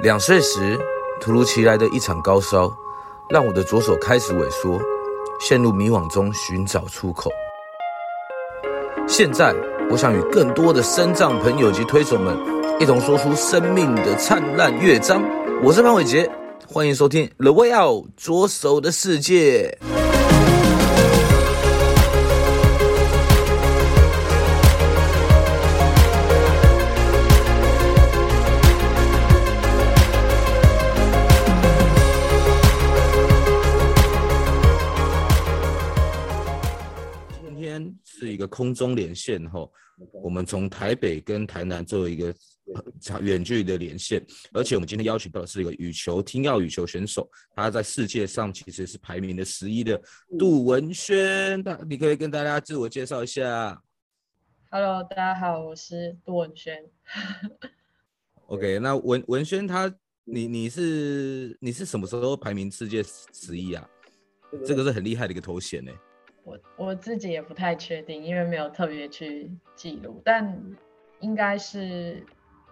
2岁时，突如其来的一场高烧，让我的左手开始萎缩，陷入迷惘中寻找出口。现在，我想与更多的身障朋友及推手们一同说出生命的灿烂乐章。我是潘伟杰，欢迎收听 The Way Out 左手的世界。是一个空中连线后，我们从台北跟台南做一个远距离的连线，而且我们今天邀请到的是一个听奥羽球选手，他在世界上其实是排名的11的杜文萱，你可以跟大家自我介绍一下。 Hello， 大家好，我是杜文萱。 OK， 那文萱你是什么时候排名世界11啊？这个是很厉害的一个头衔呢。 我自己也不太确定，因为没有特别去记录，但应该是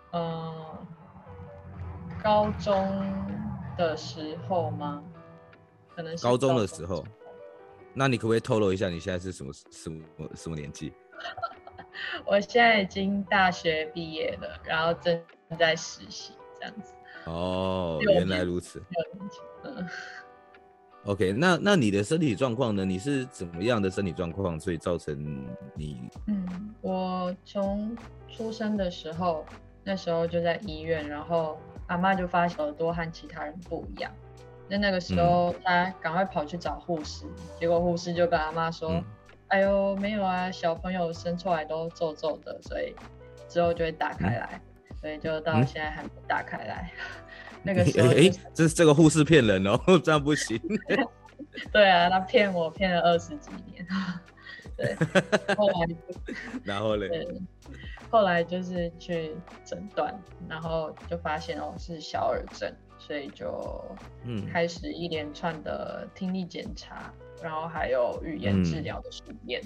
高中的时候吗？可能是高中的时候。那你可不可以透露一下你现在是什么年纪？ 我现在已经大学毕业了，然后正在实习这样子。 哦，原来如此。OK， 那你的身体状况呢？你是怎么样的身体状况，所以造成你？ 我从出生的时候，那时候就在医院，然后阿嬷就发现耳朵和其他人不一样。那个时候，她赶快跑去找护士，结果护士就跟阿嬷说：“哎呦，没有啊，小朋友生出来都皱皱的，所以之后就会打开来，所以就到现在还没打开来。”那个时候这个护士骗人哦，这样不行。 对啊，他骗我骗了20几年。对，后来然后嘞？ 后来就是去诊断，然后就发现是小耳症，所以就开始一连串的听力检查，然后还有语言治疗的实验。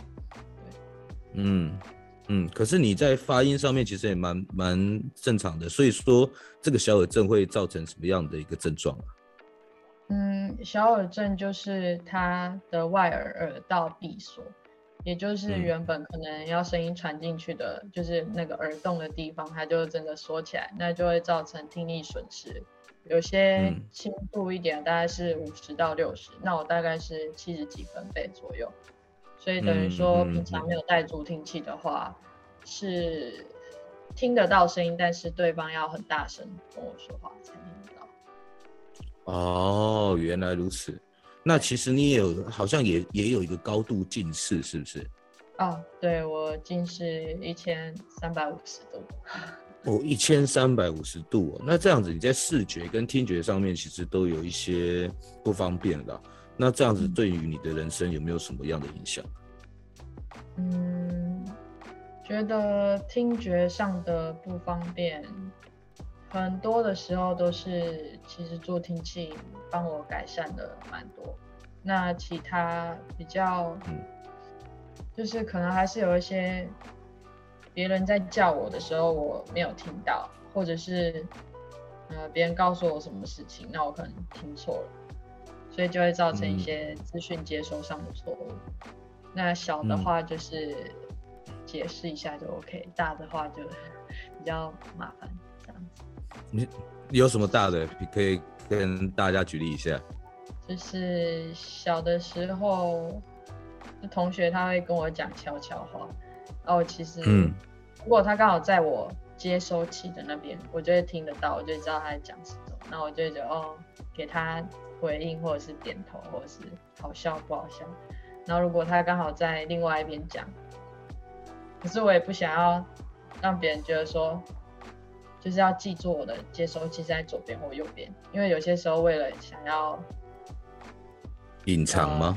可是你在发音上面其实也蛮正常的，所以说这个小耳症会造成什么样的一个症状啊？ 小耳症就是它的外耳道闭锁，也就是原本可能要声音传进去的，就是那个耳洞的地方，它就真的缩起来，那就会造成听力损失。有些轻度一点，大概是50到60，那我大概是70几分贝左右。所以等于说，平常没有戴助听器的话，是听得到声音，但是对方要很大声跟我说话才听得到。 哦，原来如此。那其实你好像也有一个高度近视，是不是？ 对，我近视1350度。 1350度哦。那这样子你在视觉跟听觉上面其实都有一些不方便了。那这样子对于你的人生有没有什么样的影响？ 觉得听觉上的不方便，很多的时候都是其实助听器帮我改善了蛮多。那其他比较，就是可能还是有一些别人在叫我的时候我没有听到，或者是别人告诉我什么事情，那我可能听错了，所以就会造成一些资讯接收上的错误。那小的话就是解释一下就 OK，大的话就比较麻烦这样子。 你有什么大的可以跟大家举例一下？ 就是小的时候，同学他会跟我讲悄悄话，然后其实如果他刚好在我接收器的那边，我就会听得到，我就知道他在讲什么，那我就会觉得给他回应或者是点头，或者是好笑不好笑。然后如果他刚好在另外一边讲，可是我也不想要让别人觉得说，就是要记住我的接收器在左边或右边，因为有些时候为了想要隐藏吗？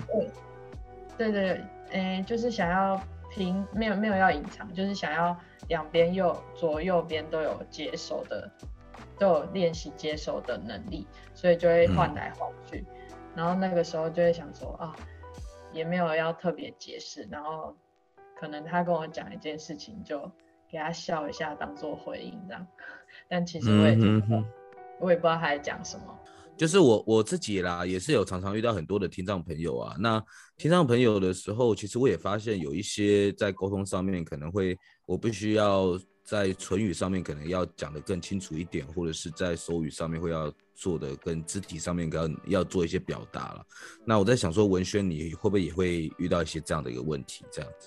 对，就是想要没有要隐藏，就是想要两边左右边都有接收的，都有练习接收的能力，所以就会换来换去。然后那个时候就会想说也没有要特别解释，然后可能他跟我讲一件事情，就给他笑一下当做回应这样。但其实我也不知道他在讲什么。 就是我自己啦，也是有常常遇到很多的听障朋友啊。那听障朋友的时候，其实我也发现有一些在沟通上面可能会，我必须要在唇语上面可能要讲得更清楚一点，或者是在手语上面会要做的跟肢体上面要做一些表达了。那我在想说，文轩你会不会也会遇到一些这样的一个问题？这样子。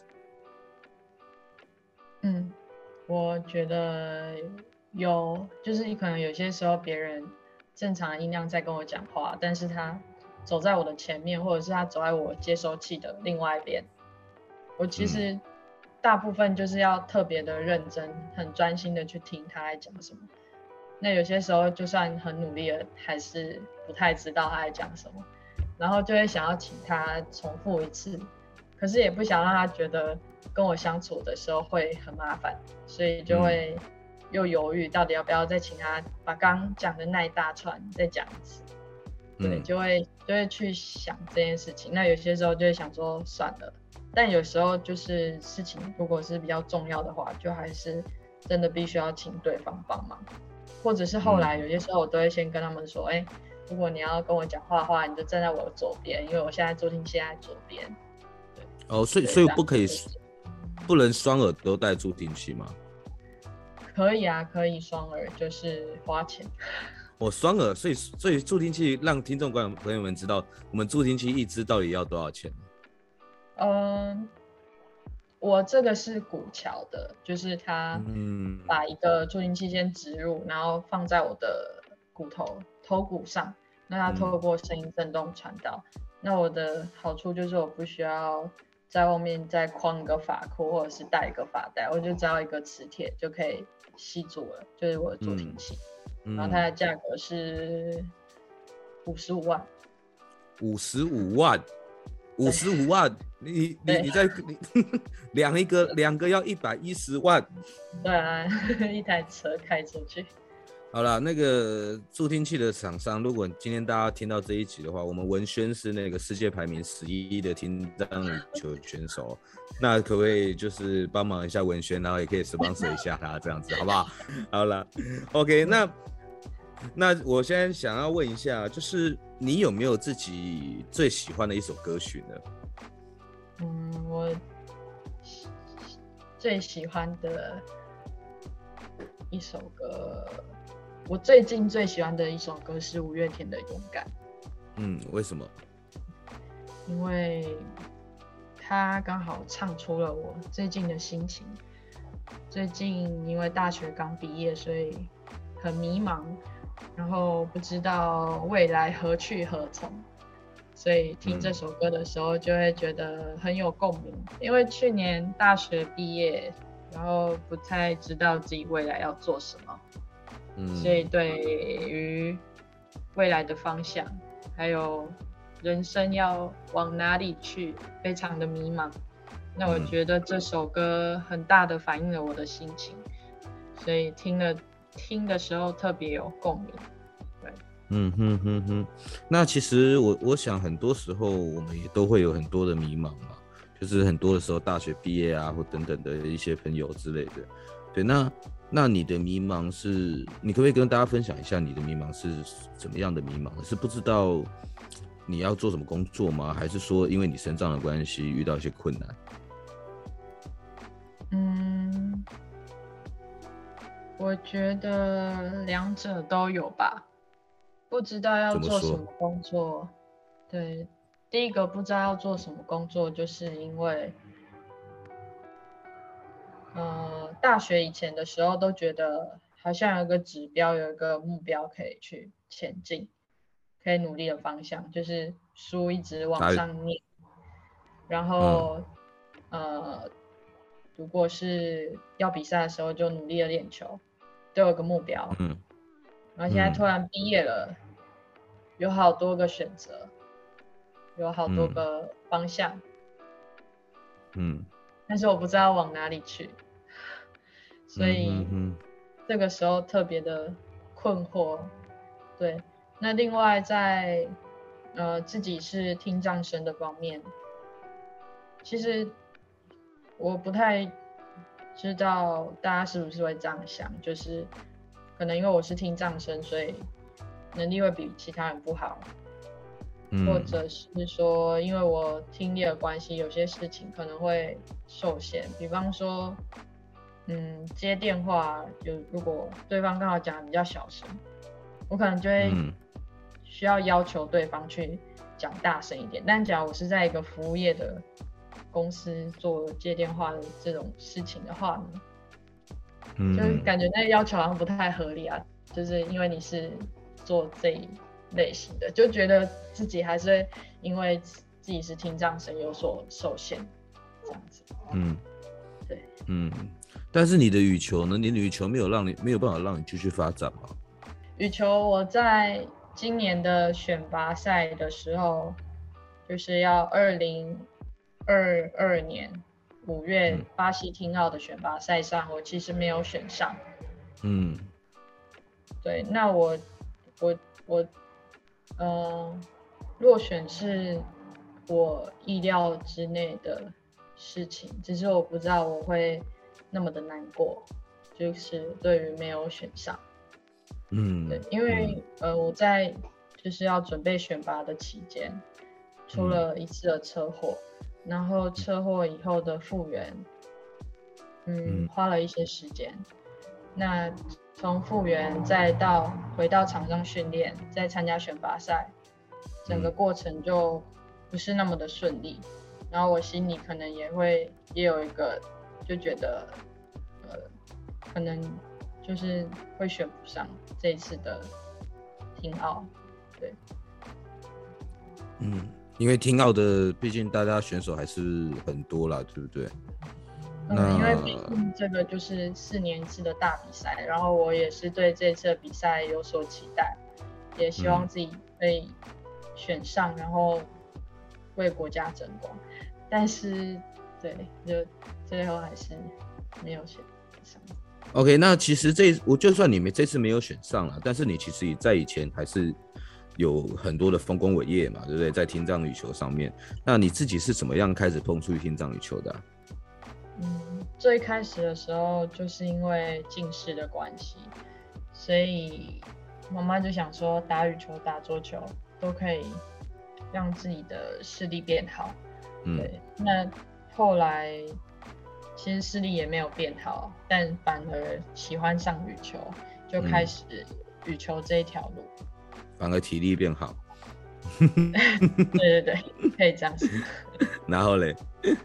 我觉得有，就是可能有些时候别人正常的音量在跟我讲话，但是他走在我的前面，或者是他走在我接收器的另外一边，我其实大部分就是要特别的认真、很专心的去听他在讲什么。那有些时候就算很努力了，还是不太知道他在讲什么，然后就会想要请他重复一次，可是也不想让他觉得跟我相处的时候会很麻烦，所以就会又犹豫到底要不要再请他把刚讲的那一大串再讲一次。对，就会去想这件事情。那有些时候就会想说算了，但有时候就是事情如果是比较重要的话，就还是真的必须要请对方帮忙，或者是后来有些时候我都会先跟他们说，如果你要跟我讲话的话，你就站在我的左边，因为我现在助听器在左边。 哦，所以不能双耳都戴助听器吗？ 可以啊，可以双耳，就是花钱。 双耳，所以助听器让听众朋友们知道，我们助听器一支到底要多少钱？ 我这个是骨桥的，就是他把一个助听器先植入，然后放在我的头骨上，那它透过声音振动传导。那我的好处就是我不需要在外面再框一个发箍，或者是带一个发带，我就只要一个磁铁就可以吸住了，就是我的助听器。然后它的价格是55万。 55万，55万，你在两个要110万。 对啊，一台车开出去。 好啦，那个助听器的厂商，如果今天大家听到这一集的话，我们文轩是那个世界排名11的听障羽球选手，那可不可以就是帮忙一下文轩，然后也可以 sponsor 一下他这样子，好不好？好啦 OK， 那我现在想要问一下，就是你有没有自己最喜欢的一首歌曲呢？ 我最喜欢的一首歌，我最近最喜欢的一首歌是五月天的《勇敢》。 为什么？ 因为他刚好唱出了我最近的心情。最近因为大学刚毕业，所以很迷茫，然后不知道未来何去何从，所以听这首歌的时候就会觉得很有共鸣。因为去年大学毕业，然后不太知道自己未来要做什么，所以对于未来的方向还有人生要往哪里去非常的迷茫。那我觉得这首歌很大的反映了我的心情，所以听的时候特别有共鸣。对， 那其实我想很多时候我们也都会有很多的迷茫嘛，就是很多的时候大学毕业啊或等等的一些朋友之类的。对，那你的迷茫是，你可不可以跟大家分享一下你的迷茫是怎么样的迷茫？是不知道你要做什么工作吗？还是说因为你身障的关系遇到一些困难？ 我觉得两者都有吧。不知道要做什么工作，对，第一个不知道要做什么工作，就是因为大学以前的时候都觉得好像有一个指标，有一个目标可以去前进，可以努力的方向，就是书一直往上念，然后如果是要比赛的时候就努力的练球，都有个目标。然后现在突然毕业了，有好多个选择，有好多个方向，但是我不知道往哪里去，所以这个时候特别的困惑。对，那另外在自己是听障生的方面，其实我不太知道大家是不是会这样想，就是可能因为我是听障生，所以能力会比其他人不好，或者是说因为我听力的关系，有些事情可能会受限，比方说，接电话，如果对方刚好讲的比较小声，我可能就会需要要求对方去讲大声一点。但假如我是在一个服务业的公司做接电话的这种事情的话呢，就是感觉那个要求好像不太合理啊，就是因为你是做这一类型的，就觉得自己还是会因为自己是听障生有所受限，这样子。对， 但是你的羽球呢？你的羽球没有办法让你继续发展吗？ 羽球我在今年的选拔赛的时候，就是要2022年5月巴西听奥的选拔赛上，我其实没有选上。对，那我落选是我意料之内的事情，只是我不知道我会那么的难过，就是对于没有选上。对，因为我在就是要准备选拔的期间，出了一次的车祸，然后车祸以后的复原，花了一些时间。那从复原再到回到场上训练，再参加选拔赛，整个过程就不是那么的顺利。然后我心里可能也有一个就觉得，可能就是会选不上这一次的听奥。对， 因为听奥的，毕竟大家选手还是很多啦，对不对？ 因为毕竟这个就是4年一次的大比赛，然后我也是对这次的比赛有所期待，也希望自己被选上，然后为国家争光。但是，对，就最后还是没有选上。 OK， 那其实我就算你这次没有选上了，但是你其实在以前还是有很多的丰功伟业嘛，对不对？在听障羽球上面，那你自己是怎么样开始碰触听障羽球的？ 最开始的时候就是因为近视的关系，所以妈妈就想说打羽球、打桌球都可以让自己的视力变好。对，那后来其实视力也没有变好，但反而喜欢上羽球，就开始羽球这一条路， 反而体力变好。 对对对，可以这样说。 然后嘞？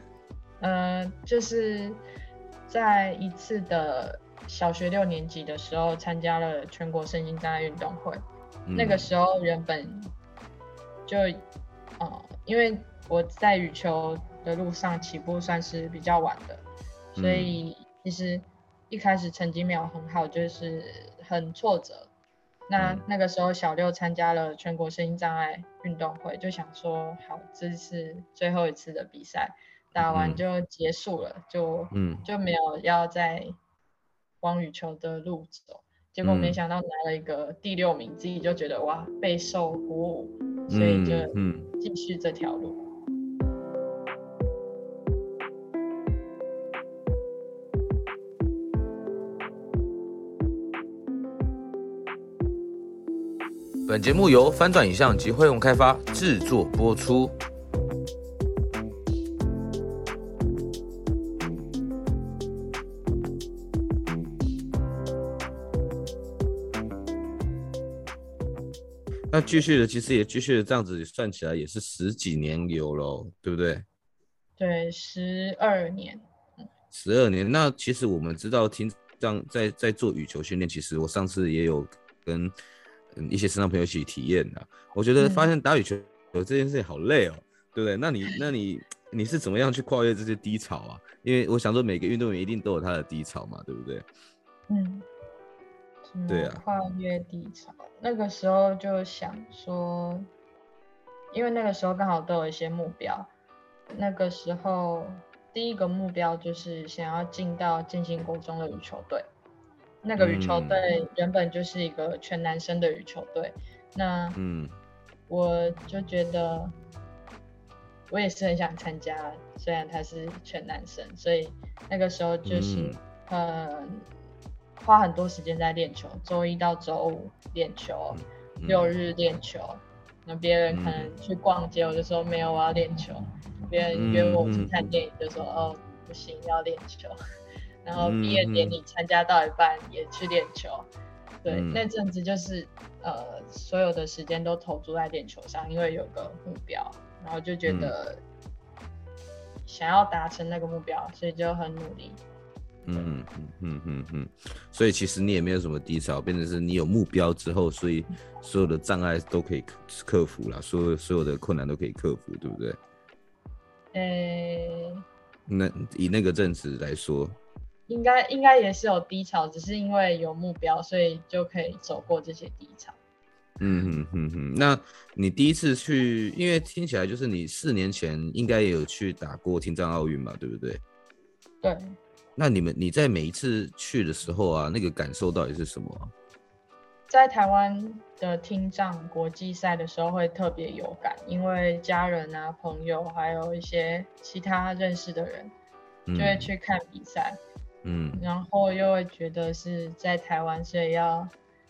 就是在一次的小学6年级的时候，参加了全国身心障碍运动会。那个时候原本就因为我在羽球的路上起步算是比较晚的，所以其实一开始成绩没有很好，就是很挫折。那个时候小6参加了全国身心障碍运动会，就想说好，这是最后一次的比赛，打完就结束了，就没有要再往羽球的路走。结果没想到拿了一个第6名，自己就觉得哇，备受鼓舞，所以就继续这条路。 本节目由翻转影像及汇融开发制作播出。那其实也继续的这样子算起来也是10几年有了，对不对？ 对，12年。 12年。那其实我们知道听障在做羽球训练，其实我上次也有跟一些视障朋友一起体验的。我觉得发现打羽球这件事情好累哦，对不对？那你是怎么样去跨越这些低潮啊？因为我想说每个运动员一定都有他的低潮嘛，对不对？对啊， 跨越低潮。那个时候就想说，因为那个时候刚好都有一些目标。那个时候第一个目标就是想要进到建新国中的羽球队。那个羽球队原本就是一个全男生的羽球队。那我就觉得我也是很想参加，虽然他是全男生，所以那个时候就是花很多时间在练球，周1到周5练球， 6日练球。那别人可能去逛街，我就说没有，我要练球。别人约我去看电影，就说哦不行，要练球。然后毕业典礼参加到一半也去练球。对，那阵子就是所有的时间都投注在练球上，因为有个目标，然后就觉得想要达成那个目标，所以就很努力。 所以其实你也没有什么低潮，变成是你有目标之后，所以所有的障碍都可以克服啦，所有的困难都可以克服，对不对？那以那个阵子来说， 应该也是有低潮，只是因为有目标，所以就可以走过这些低潮。 那你第一次去，因为听起来就是你4年前应该也有去打过听障奥运嘛，对不对？ 对。 那你在每一次去的时候啊，那个感受到底是什么啊？ 在台湾的听障国际赛的时候会特别有感，因为家人啊、朋友还有一些其他认识的人就会去看比赛，然后又会觉得是在台湾，所以要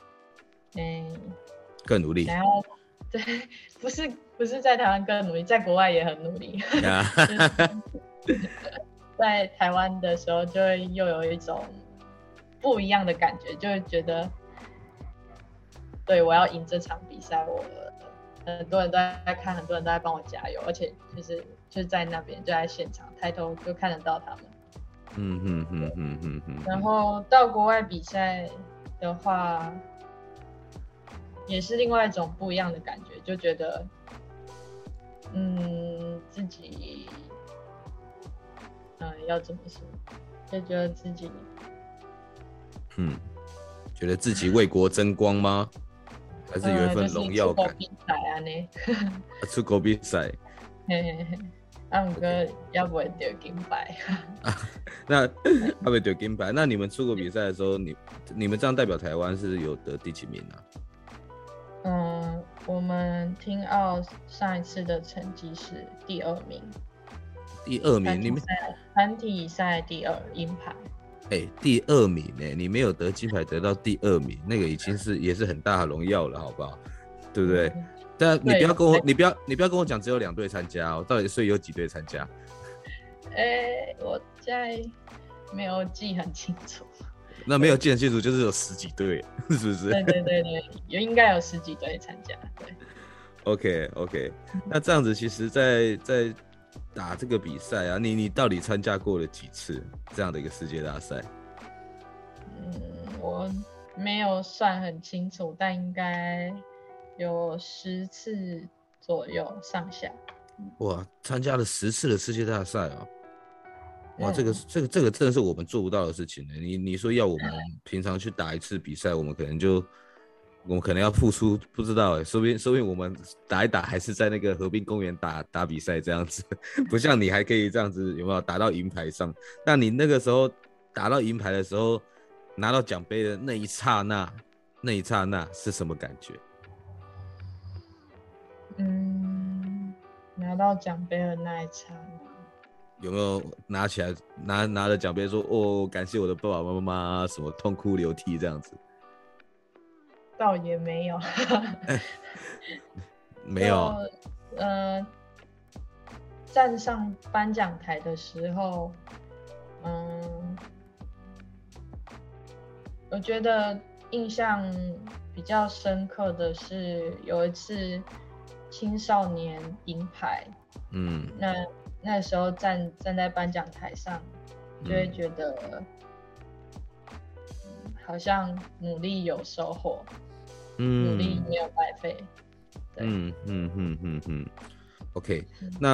更努力。 想要对，不是在台湾更努力，在国外也很努力。在台湾的时候，就会又有一种不一样的感觉，就会觉得，对，我要赢这场比赛，很多人都在看，很多人都在帮我加油，而且就是在那边，就在现场，抬头就看得到他们。然后到国外比赛的话，也是另外一种不一样的感觉，就觉得，自己。要怎么说？就觉得自己， 觉得自己为国争光吗？还是有一份荣耀感？出国比赛， 不过要不会得金牌。 那要不会得金牌？那你们出国比赛的时候，你们这样代表台湾是有得第几名啊？我们听奥上一次的成绩是第2名。 第2名，你们团体赛第2，银牌。 第2名你没有得金牌，得到第2名，那个已经也是很大的荣耀了，好不好？对不对？但你不要跟我讲只有2队参加哦，到底所以有几队参加？ 我现在没有记很清楚。 那没有记很清楚，就是有10几队，是不是？ 对，应该有10几队参加。 对。OK， 那这样子，其实在打这个比赛啊，你到底参加过了几次这样的一个世界大赛？ 我没有算很清楚，但应该有10次左右上下。 哇，参加了10次的世界大赛啊！哇，这个真的是我们做不到的事情呢。你说要我们平常去打一次比赛，我们可能要付出，不知道说不定我们打一打还是在那个河滨公园打比赛这样子，不像你还可以这样子，有没有打到银牌上？那你那个时候打到银牌的时候，拿到奖杯的那一刹那是什么感觉？ 拿到奖杯的那一刹那， 有没有拿起来拿着奖杯说哦，感谢我的爸爸妈妈，什么痛哭流涕这样子？ 倒也没有。 没有。 站上颁奖台的时候，我觉得印象比较深刻的是有一次青少年银牌，那时候站在颁奖台上，就会觉得，好像努力有收获，努力没有白费。 OK，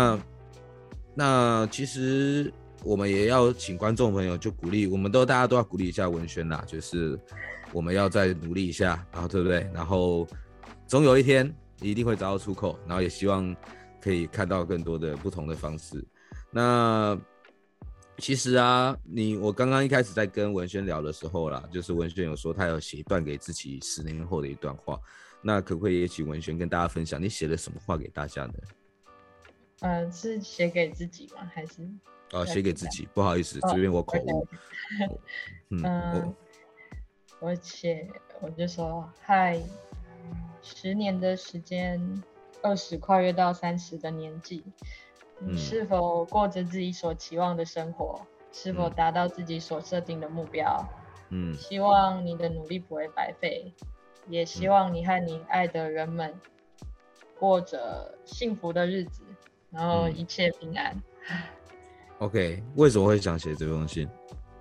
那其实我们也要请观众朋友就鼓励，大家都要鼓励一下文轩啦，就是我们要再努力一下，然后对不对？然后总有一天一定会找到出口，然后也希望可以看到更多的不同的方式。那其实啊，我刚刚一开始在跟文轩聊的时候啦，就是文轩有说他有写一段给自己10年后的一段话，那可不可以也请文轩跟大家分享你写了什么话给大家呢？ 是写给自己吗？还是？ 写给自己，不好意思，这边我口误。 我就说嗨， 10年的时间，20跨越到30的年纪，你是否过着自己所期望的生活？是否达到自己所设定的目标？希望你的努力不会白费，也希望你和你爱的人们过着幸福的日子，然后一切平安。 OK， 为什么会想写这封信？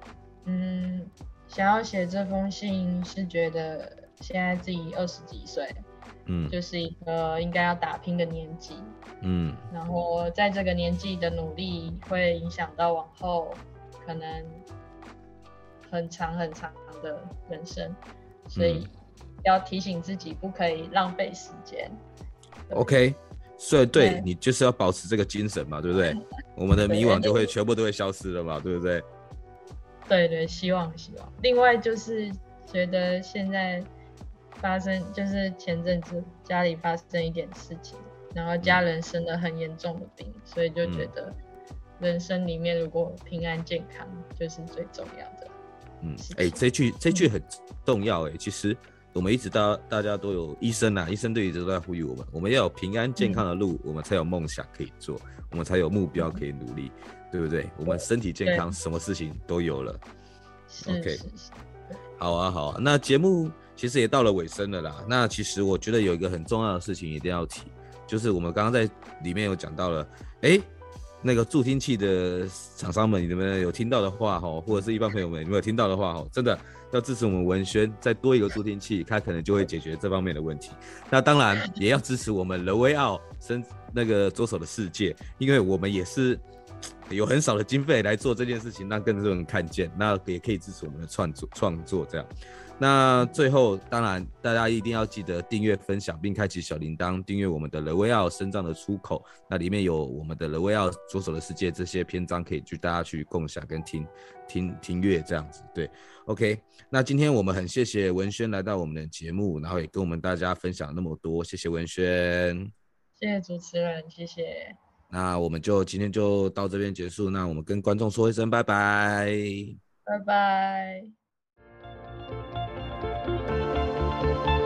想要写这封信是觉得现在自己20几岁，就是一个应该要打拼的年纪，然后在这个年纪的努力会影响到往后可能很长很长的人生，所以要提醒自己不可以浪费时间。 OK， 所以对你就是要保持这个精神嘛，对不对？我们的迷惘就会全部都会消失了嘛，对不对？ 对，希望。另外就是觉得现在发生，就是前阵子家里发生一点事情，然后家人生了很严重的病，所以就觉得人生里面如果平安健康就是最重要的。 这句很重要。其实我们一直大家都有医生都一直都在呼吁我们要有平安健康的路，我们才有梦想可以做，我们才有目标可以努力，对不对？我们身体健康，什么事情都有了。OK， 好啊。那节目其实也到了尾声了啦。那其实我觉得有一个很重要的事情一定要提，就是我们刚刚在里面有讲到了，那个助听器的厂商们，你们有听到的话，或者是一般朋友们有没有听到的话，真的要支持我们文宣，再多一个助听器，它可能就会解决这方面的问题。那当然也要支持我们勒威奥那个左手的世界，因为我们也是有很少的经费来做这件事情，让更多人看见，那也可以支持我们的创作这样。那最后当然大家一定要记得订阅分享并开启小铃铛，订阅我们的勒威奥身障的出口，那里面有我们的勒威奥左手的世界这些篇章可以大家去共享跟听阅这样子。对 OK， 那今天我们很谢谢文轩来到我们的节目，然后也跟我们大家分享那么多，谢谢文轩。 谢谢主持人，谢谢。 那我们今天就到这边结束，那我们跟观众说一声拜拜。 拜拜。